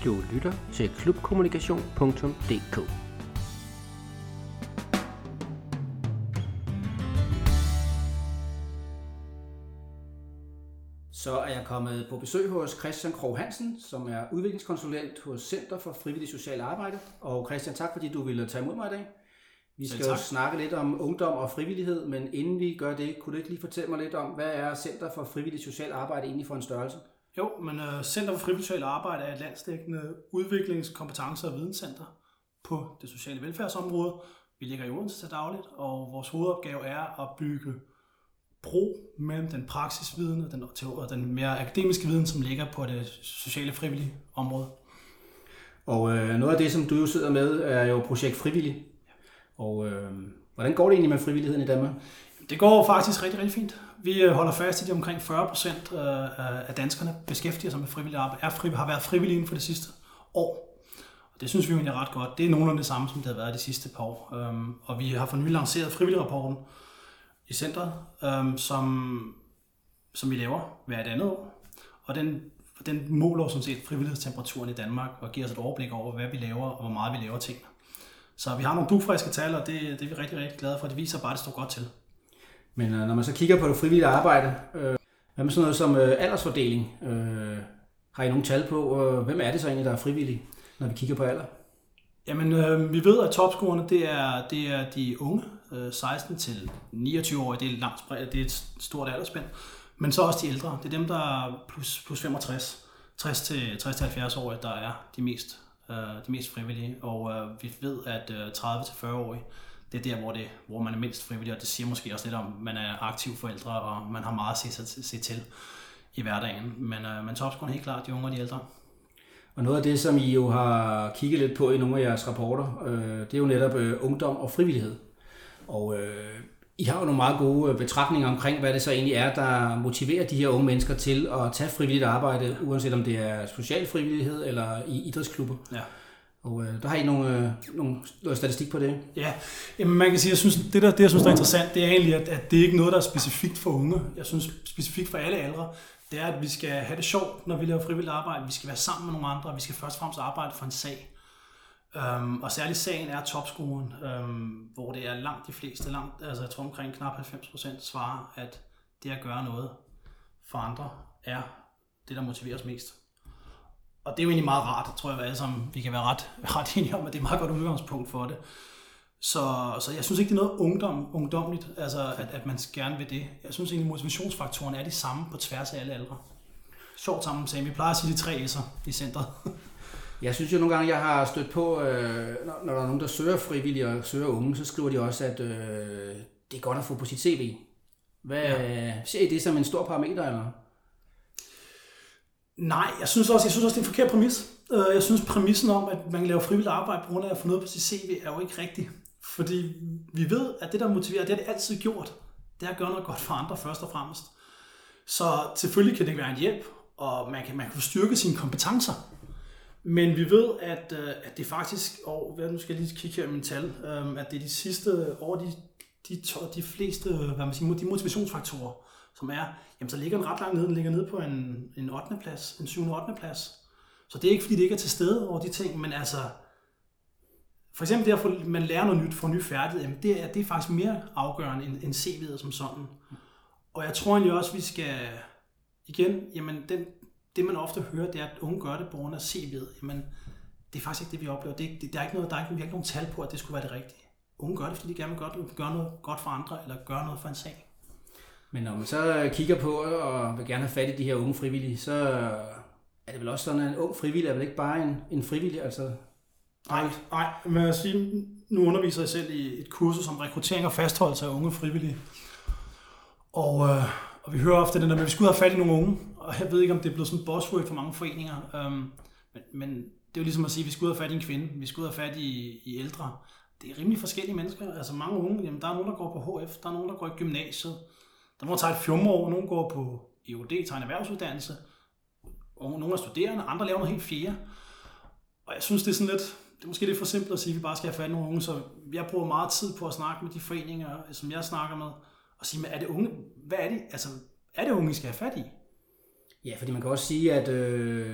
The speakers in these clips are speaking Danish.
Du lytter til klubkommunikation.dk. Så er jeg kommet på besøg hos Christian Krogh Hansen, som er udviklingskonsulent hos Center for Frivilligt Socialt Arbejde. Og Christian, tak fordi du ville tage imod mig i dag. Vi skal jo snakke lidt om ungdom og frivillighed, men inden vi gør det, kunne du ikke lige fortælle mig lidt om, hvad er Center for Frivilligt Socialt Arbejde egentlig for en størrelse? Jo, men Center for Frivilligt Socialt Arbejde er et landsdækkende udviklings-, kompetence- og videnscenter på det sociale velfærdsområde. Vi ligger i Odense til dagligt, og vores hovedopgave er at bygge bro mellem den praksisviden og den mere akademiske viden, som ligger på det sociale frivillige område. Og noget af det, som du jo sidder med, er jo projekt Frivillig. Og hvordan går det egentlig med frivilligheden i Danmark? Det går faktisk rigtig, rigtig fint. Vi holder fast i, at omkring 40% af danskerne beskæftiger sig med frivilligt arbejde, har været frivillige inden for det sidste år. Og det synes vi jo er ret godt. Det er nogenlunde det samme, som det har været de sidste par år. Og vi har for nylig lanceret frivilligrapporten i centret, som vi laver hvert andet år. Og den måler sådan set frivillighedstemperaturen i Danmark og giver os et overblik over, hvad vi laver og hvor meget vi laver ting. Så vi har nogle dugfriske tal, og det er vi rigtig, rigtig glade for. Det viser bare, at det står godt til. Men når man så kigger på det frivillige arbejde, hvad med sådan noget som aldersfordeling? Har I nogle tal på, hvem er det så egentlig, der er frivillige, når vi kigger på alder? Jamen, vi ved, at topscorerne, det er de unge, 16 til 29 år. Det er et stort aldersspænd. Men så også de ældre. Det er dem, der er plus 65, 60 til 70 år, der er de mest frivillige. Og vi ved, at 30 til 40 år, det er der, hvor man er mindst frivillig, og det siger måske også lidt om, at man er aktiv forældre, og man har meget at se til i hverdagen. Men topscoren er helt klart de unge og de ældre. Og noget af det, som I jo har kigget lidt på i nogle af jeres rapporter, det er jo netop ungdom og frivillighed. Og I har jo nogle meget gode betragtninger omkring, hvad det så egentlig er, der motiverer de her unge mennesker til at tage frivilligt arbejde, uanset om det er social frivillighed eller i idrætsklubber. Ja. Og der har I noget statistik på det? Ja, jamen man kan sige, det jeg synes er interessant, det er egentlig, at det ikke er noget, der er specifikt for unge. Jeg synes specifikt for alle aldre, det er, at vi skal have det sjovt, når vi laver frivilligt arbejde. Vi skal være sammen med nogle andre, og vi skal først og fremmest arbejde for en sag. Og særligt sagen er topscoren, hvor det er langt de fleste, altså jeg tror omkring knap 90% svarer, at det at gøre noget for andre er det, der motiverer os mest. Og det er jo egentlig meget rart, tror jeg, alle sammen vi kan være ret enige om, at det er et meget godt udgangspunkt for det. Så jeg synes ikke, det er noget ungdomligt, altså at man gerne vil det. Jeg synes egentlig, motivationsfaktorerne er de samme på tværs af alle aldre. Sjovt sammen, sagde vi plejer at sige de 3 S'er i centret. Jeg synes jo nogle gange, jeg har stødt på, når der er nogen, der søger frivillige og søger unge, så skriver de også, at det er godt at få på sit CV. Ser I det som en stor parameter, eller? Nej, jeg synes også, det er en forkert præmis. Jeg synes, præmissen om, at man kan lave frivilligt arbejde på grund af at få noget på sit CV, er jo ikke rigtigt. Fordi vi ved, at det, der motiverer, det har det altid gjort. Det er at gøre noget godt for andre først og fremmest. Så selvfølgelig kan det være en hjælp, og man kan få styrke sine kompetencer. Men vi ved, at det faktisk, nu skal jeg lige kigge her i mine tal, at det er de sidste år, de fleste, de motivationsfaktorer, som er, jamen så ligger den ret langt nede, den ligger nede på en 8. plads, en 7. og 8. plads. Så det er ikke, fordi det ikke er til stede over de ting, men altså, for eksempel det at man lærer noget nyt, får ny færdighed, jamen det er faktisk mere afgørende end CV'et som sådan. Og jeg tror egentlig også, vi skal, igen, jamen det man ofte hører, det er, at unge gør det på grund af CV'et, jamen det er faktisk ikke det, vi oplever. Vi har ikke nogen tal på, at det skulle være det rigtige. Unge gør det, fordi de gerne vil gøre noget godt for andre, eller gøre noget for en sag. Men når man så kigger på og vil gerne have fat i de her unge frivillige, så er det vel også sådan, at en ung frivillig er vel ikke bare en frivillig, altså? Nej, men jeg sige, nu underviser jeg selv i et kursus om rekruttering og fastholdelse af unge frivillige. Og vi hører ofte den der med, at vi skulle have fat i nogle unge, og jeg ved ikke, om det er blevet sådan en buzzword for mange foreninger, men det er jo ligesom at sige, at vi skulle have fat i en kvinde, vi skulle have fat i ældre. Det er rimelig forskellige mennesker, altså mange unge, jamen der er nogen, der går på HF, der er nogen, der går i gymnasiet, der er nogen, der tager et fjumreår, nogen går på EUD, tager en erhvervsuddannelse, og nogle er studerende, andre laver noget helt fjerde. Og jeg synes, det er sådan lidt, det er måske lidt for simpelt at sige, at vi bare skal have fat i nogle unge, så jeg bruger meget tid på at snakke med de foreninger, som jeg snakker med, og sige, men er det unge, hvad er det, altså er det unge, vi skal have fat i? Ja, fordi man kan også sige, at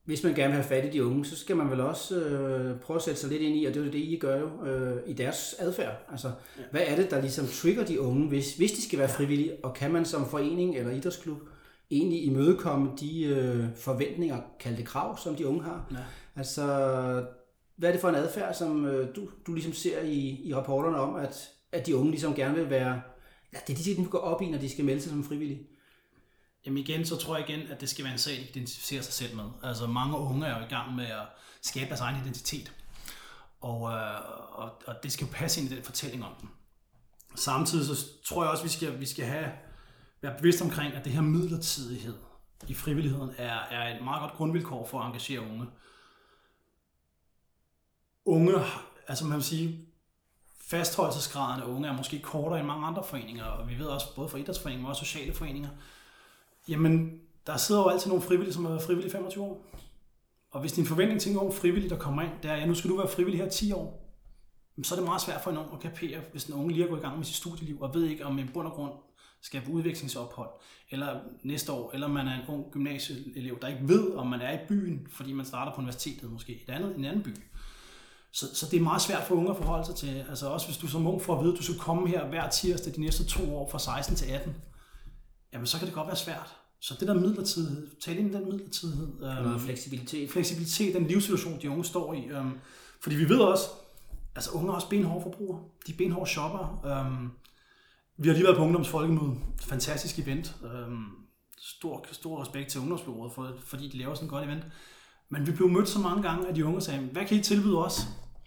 hvis man gerne vil have fat i de unge, så skal man vel også prøve at sætte sig lidt ind i, og det er jo det, I gør jo, i deres adfærd. Altså, hvad er det, der ligesom trigger de unge, hvis de skal være frivillige, og kan man som forening eller idrætsklub egentlig imødekomme de forventninger, kaldte krav, som de unge har? Ja. Altså, hvad er det for en adfærd, som du ligesom ser i rapporterne om, at de unge ligesom gerne vil være, det er de går op i, når de skal melde sig som frivillige? Jamen igen, så tror jeg igen, at det skal være en sag, de identificerer sig selv med. Altså mange unge er jo i gang med at skabe deres egen identitet. Og det skal jo passe ind i den fortælling om dem. Samtidig så tror jeg også, at vi skal være bevidst omkring, at det her midlertidighed i frivilligheden er et meget godt grundvilkår for at engagere unge. Unge, altså man vil sige, fastholdelsesgraden af unge er måske kortere end mange andre foreninger, og vi ved også, både for idrætsforeninger, men også sociale foreninger, jamen, der sidder jo altid nogle frivillige, som har været frivillige i 25 år. Og hvis din forventning til en ung frivillig, der kommer ind, det er, nu skal du være frivillig her 10 år, så er det meget svært for en ung at kapere, hvis en unge lige er gået i gang med sit studieliv, og ved ikke, om en bund og grund skal på udvekslingsophold, eller næste år, eller man er en ung gymnasieelev, der ikke ved, om man er i byen, fordi man starter på universitetet, måske i en anden by. Så det er meget svært for unge at forholde sig til. Altså også hvis du som ung får at vide, at du skal komme her hver tirsdag de næste 2 år, fra 16 til 18, jamen så kan det godt være svært. Så det der midlertidighed, tale ind i den midlertidighed. Noget fleksibilitet. Fleksibilitet, den livssituation, de unge står i. Fordi vi ved også, altså unge er også benhårde forbrugere. De er benhårde shopper. Vi har lige været på ungdomsfolkemøde. Fantastisk event. Stor respekt til ungdomsbureauet, fordi de laver sådan et godt event. Men vi blev mødt så mange gange af de unge, og sagde, hvad kan I tilbyde os?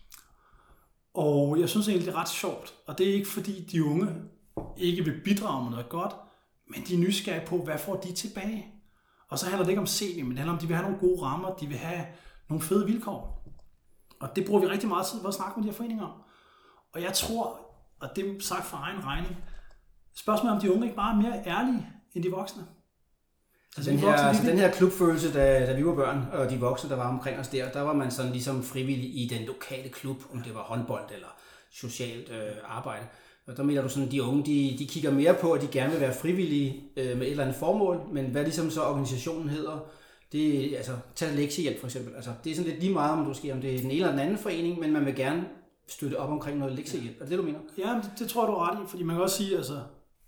Og jeg synes egentlig, det er ret sjovt. Og det er ikke fordi de unge ikke vil bidrage med noget godt, men de er nysgerrige på, hvad får de tilbage? Og så handler det ikke om CV, men det handler om, at de vil have nogle gode rammer, de vil have nogle fede vilkår. Og det bruger vi rigtig meget tid på at snakke med de her foreninger om. Og jeg tror, og det er sagt for egen regning, spørgsmålet om de unge ikke bare er mere ærlige end de voksne. Altså den her klubfølelse, da vi var børn, og de voksne, der var omkring os der var man sådan ligesom frivillig i den lokale klub, om det var håndbold eller socialt arbejde. Og der mener du sådan, at de unge, de kigger mere på, at de gerne vil være frivillige med et eller andet formål, men hvad ligesom så organisationen hedder, det er, altså, tag lektiehjælp for eksempel. Altså, det er sådan lidt lige meget, om det er den ene eller den anden forening, men man vil gerne støtte op omkring noget lektiehjælp. Er det det, du mener? Ja, det tror jeg, du er ret i, fordi man kan også sige, altså,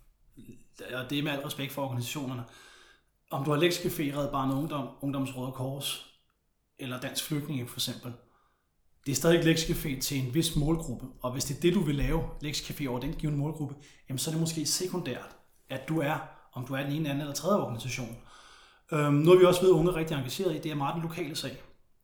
og det er med al respekt for organisationerne, om du har Lektiecafé, Red Barnet Ungdom, Ungdoms Røde Kors, eller Dansk Flygtninge for eksempel, det er stadig Lektiecafé til en vis målgruppe, og hvis det er det, du vil lave, Lektiecafé over den givende målgruppe, jamen så er det måske sekundært, at om du er den ene, anden eller tredje organisation. Noget vi også ved, at unge er rigtig engageret i, det er meget den lokale sag.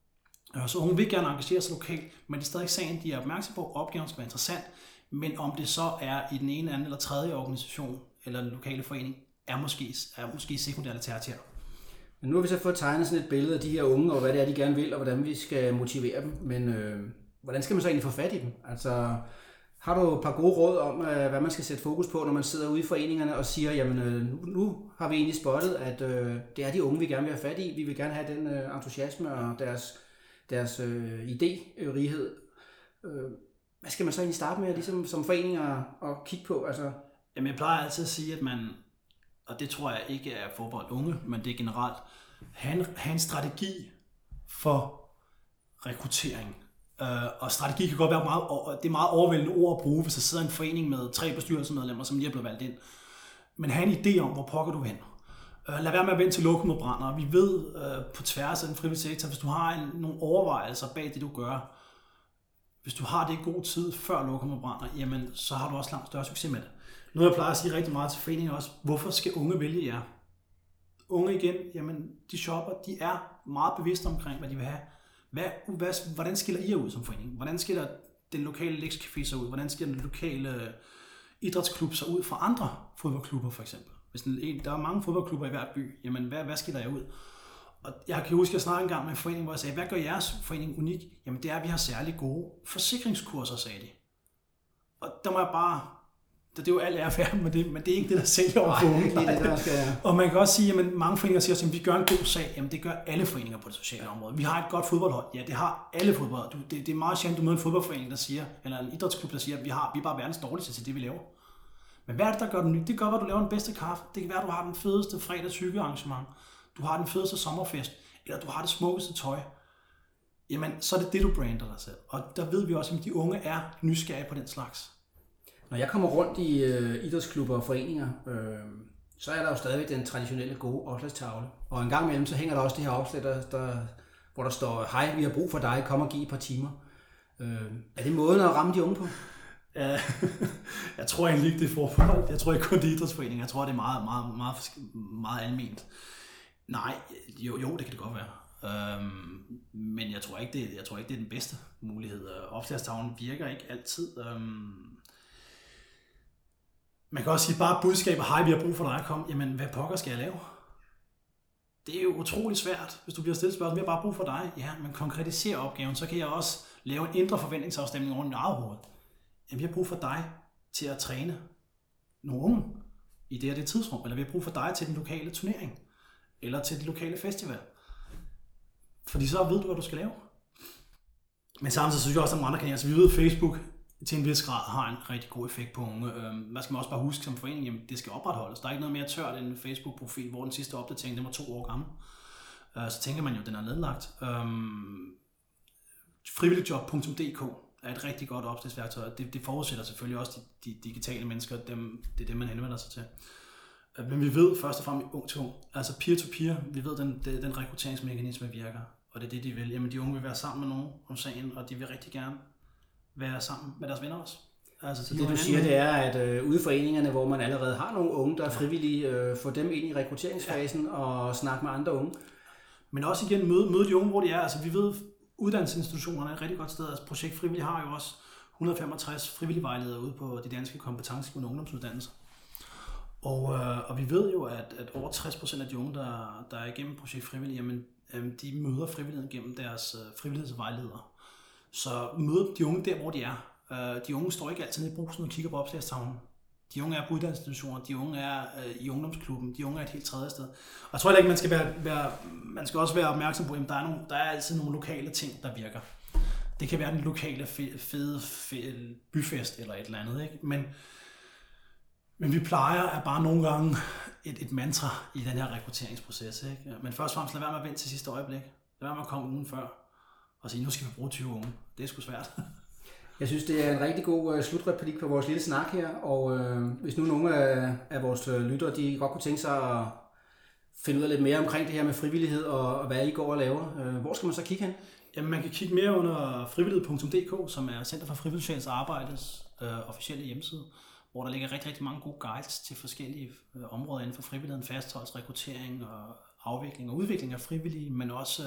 Så unge vil gerne engagere sig lokalt, men det er stadig sagen, de er opmærksom på, at opgaven skal være interessant, men om det så er i den ene, anden eller tredje organisation, eller den lokale forening, er måske sekundært eller tertiært. Men nu har vi så fået tegnet sådan et billede af de her unge, og hvad det er, de gerne vil, og hvordan vi skal motivere dem. Men hvordan skal man så egentlig få fat i dem? Altså, har du et par gode råd om, hvad man skal sætte fokus på, når man sidder ude i foreningerne og siger, jamen nu har vi egentlig spottet, at det er de unge, vi gerne vil have fat i. Vi vil gerne have den entusiasme og deres idérighed. Hvad skal man så egentlig starte med ligesom, som foreninger at kigge på? Altså, jamen, jeg plejer altid at sige, at man, og det tror jeg ikke er forbeholdt unge, men det er generelt, have en strategi for rekruttering. Og strategi kan godt være det er meget overvældende ord at bruge, hvis der sidder en forening med 3 bestyrelsesmedlemmer, som lige er blevet valgt ind. Men have en idé om, hvor pokker du hen. Lad være med at vente til lokummet brænder. Vi ved på tværs af den frivillige sektor, hvis du har nogle overvejelser bag det, du gør, hvis du har det i god tid, før lokummet brænder, jamen, så har du også langt større succes med det. Noget, jeg plejer at sige rigtig meget til foreningen også, hvorfor skal unge vælge jer? Unge igen, jamen, de shopper, de er meget bevidste omkring, hvad de vil have. Hvordan skiller I jer ud som forening? Hvordan skiller den lokale Lektiecafé sig ud? Hvordan skiller den lokale idrætsklub sig ud fra andre fodboldklubber for eksempel? Hvis der er mange fodboldklubber i hver by, jamen hvad skiller jeg ud? Og jeg kan huske, at jeg snakkede engang med en forening, hvor jeg sagde, hvad gør jeres forening unik? Jamen det er, at vi har særlig gode forsikringskurser, sagde de. Og der må jeg bare, det er jo alt ære med det, men det er ikke det, der sælger over for unge. Og man kan også sige, at mange foreninger siger, at vi gør en god sag. Jamen det gør alle foreninger på det sociale område. Vi har et godt fodboldhold. Ja, det har alle fodboldhold. Det er meget sjældent, du møder en fodboldforening, der siger, eller en idrætsklub, der siger, at vi er bare verdens dårligste til det, vi laver. Men hvad er det, der gør det nyt? Det gør, at du laver den bedste kaffe. Det kan være, at du har den fedeste fredags hyggearrangement. Du har den fedeste sommerfest. eller du har det smukkeste tøj, jamen så er det det, du brander dig selv. Og der ved vi også, at de unge er nysgerrige på den slags. Når jeg kommer rundt i idrætsklubber og foreninger, så er der jo stadigvæk den traditionelle gode opslagstavle. Og en gang imellem, så hænger der også de her opslag, hvor der står, hej, vi har brug for dig, kom og giv et par timer. Er det måden at ramme de unge på? Jeg tror egentlig ikke, det er forbeholdt. Jeg tror ikke kun det er idrætsforeninger. Jeg tror, det er meget, meget, meget, meget alment. Nej, jo, det kan det godt være. Men jeg tror ikke, det er den bedste mulighed. Opslagstavlen virker ikke altid. Man kan også sige bare budskaber, hej, vi har brug for dig, kom. Jamen, hvad pokker skal jeg lave? Det er jo utrolig svært, hvis du bliver stillet spørgsmål, vi har bare brug for dig. Ja, men konkretiserer opgaven, så kan jeg også lave en indre forventningsafstemning over mit eget hoved. Jamen, vi har brug for dig til at træne nogle unge i det tidsrum, eller vi har brug for dig til den lokale turnering, eller til den lokale festival. Fordi så ved du, hvad du skal lave. Men samtidig synes jeg også, at andre kanaler, så vi ved, at Facebook til en vis grad har en rigtig god effekt på unge. Hvad skal man også bare huske som forening? Jamen, det skal opretholdes. Der er ikke noget mere tørt end en Facebook-profil, hvor den sidste opdatering, den var 2 år gammel. Så tænker man jo, at den er nedlagt. Frivilligjob.dk er et rigtig godt opslagsværktøj. Det forudsætter selvfølgelig også de digitale mennesker. Det er dem, man henvender sig til. Men vi ved først og fremmest ung til ung, altså peer-to-peer, vi ved, den rekrutteringsmekanisme virker. Og det er det, de vil. Jamen, de unge vil være sammen med nogen om sagen, og de vil rigtig gerne være sammen med deres venner også. Altså, så det du siger, det er, at ude i foreningerne, hvor man allerede har nogle unge, der er frivillige, få dem ind i rekrutteringsfasen og snakke med andre unge. Men også igen møde de unge, hvor de er. Altså, vi ved, uddannelsesinstitutionerne er et rigtig godt sted. Altså, Projekt Frivillig har jo også 165 frivillige vejledere ude på de danske kompetencegivende ungdomsuddannelser. Og vi ved jo, at over 60% af de unge, der er igennem Projekt Frivillig, jamen, de møder frivilligheden gennem deres frivillighedsvejledere. Så møde de unge der, hvor de er. De unge står ikke altid nede i Brugsen og kigger på opslagstavlen. De unge er på uddannelsesinstitutioner, de unge er i ungdomsklubben, de unge er et helt tredje sted. Og jeg tror ikke, man skal også være opmærksom på, at der er altid nogle lokale ting, der virker. Det kan være den lokale fede byfest eller et eller andet, ikke? Men vi plejer at bare nogle gange et mantra i den her rekrutteringsproces, ikke? Men først og fremmest lad være med at vente til sidste øjeblik. Lad være med at komme ugen før og sige, nu skal vi bruge 20 unge. Det er sgu svært. Jeg synes, det er en rigtig god slutreplik på vores lille snak her, og hvis nu nogle af vores lyttere, de godt kunne tænke sig at finde ud af lidt mere omkring det her med frivillighed og hvad I går og laver, hvor skal man så kigge hen? Jamen, man kan kigge mere under frivillighed.dk, som er Center for Frivillighedens Arbejdes officielle hjemmeside, hvor der ligger rigtig, rigtig mange gode guides til forskellige områder inden for frivilligheden, fastholdelse, rekruttering og afvikling og udvikling af frivillige, men også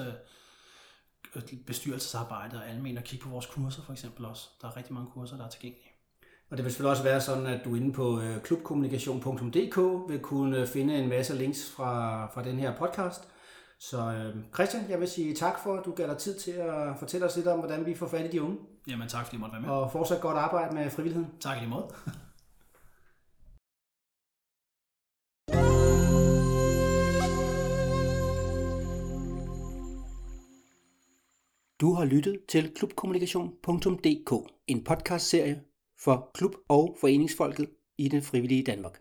bestyrelsesarbejde og almen, og kigge på vores kurser for eksempel også. Der er rigtig mange kurser, der er tilgængelige. Og det vil selvfølgelig også være sådan, at du inde på klubkommunikation.dk vil kunne finde en masse links fra den her podcast. Så Christian, jeg vil sige tak for, at du gav dig tid til at fortælle os lidt om, hvordan vi får fat i de unge. Jamen tak, fordi I måtte være med. Og fortsat godt arbejde med frivilligheden. Tak i lige måde. Du har lyttet til klubkommunikation.dk, en podcastserie for klub- og foreningsfolket i den frivillige Danmark.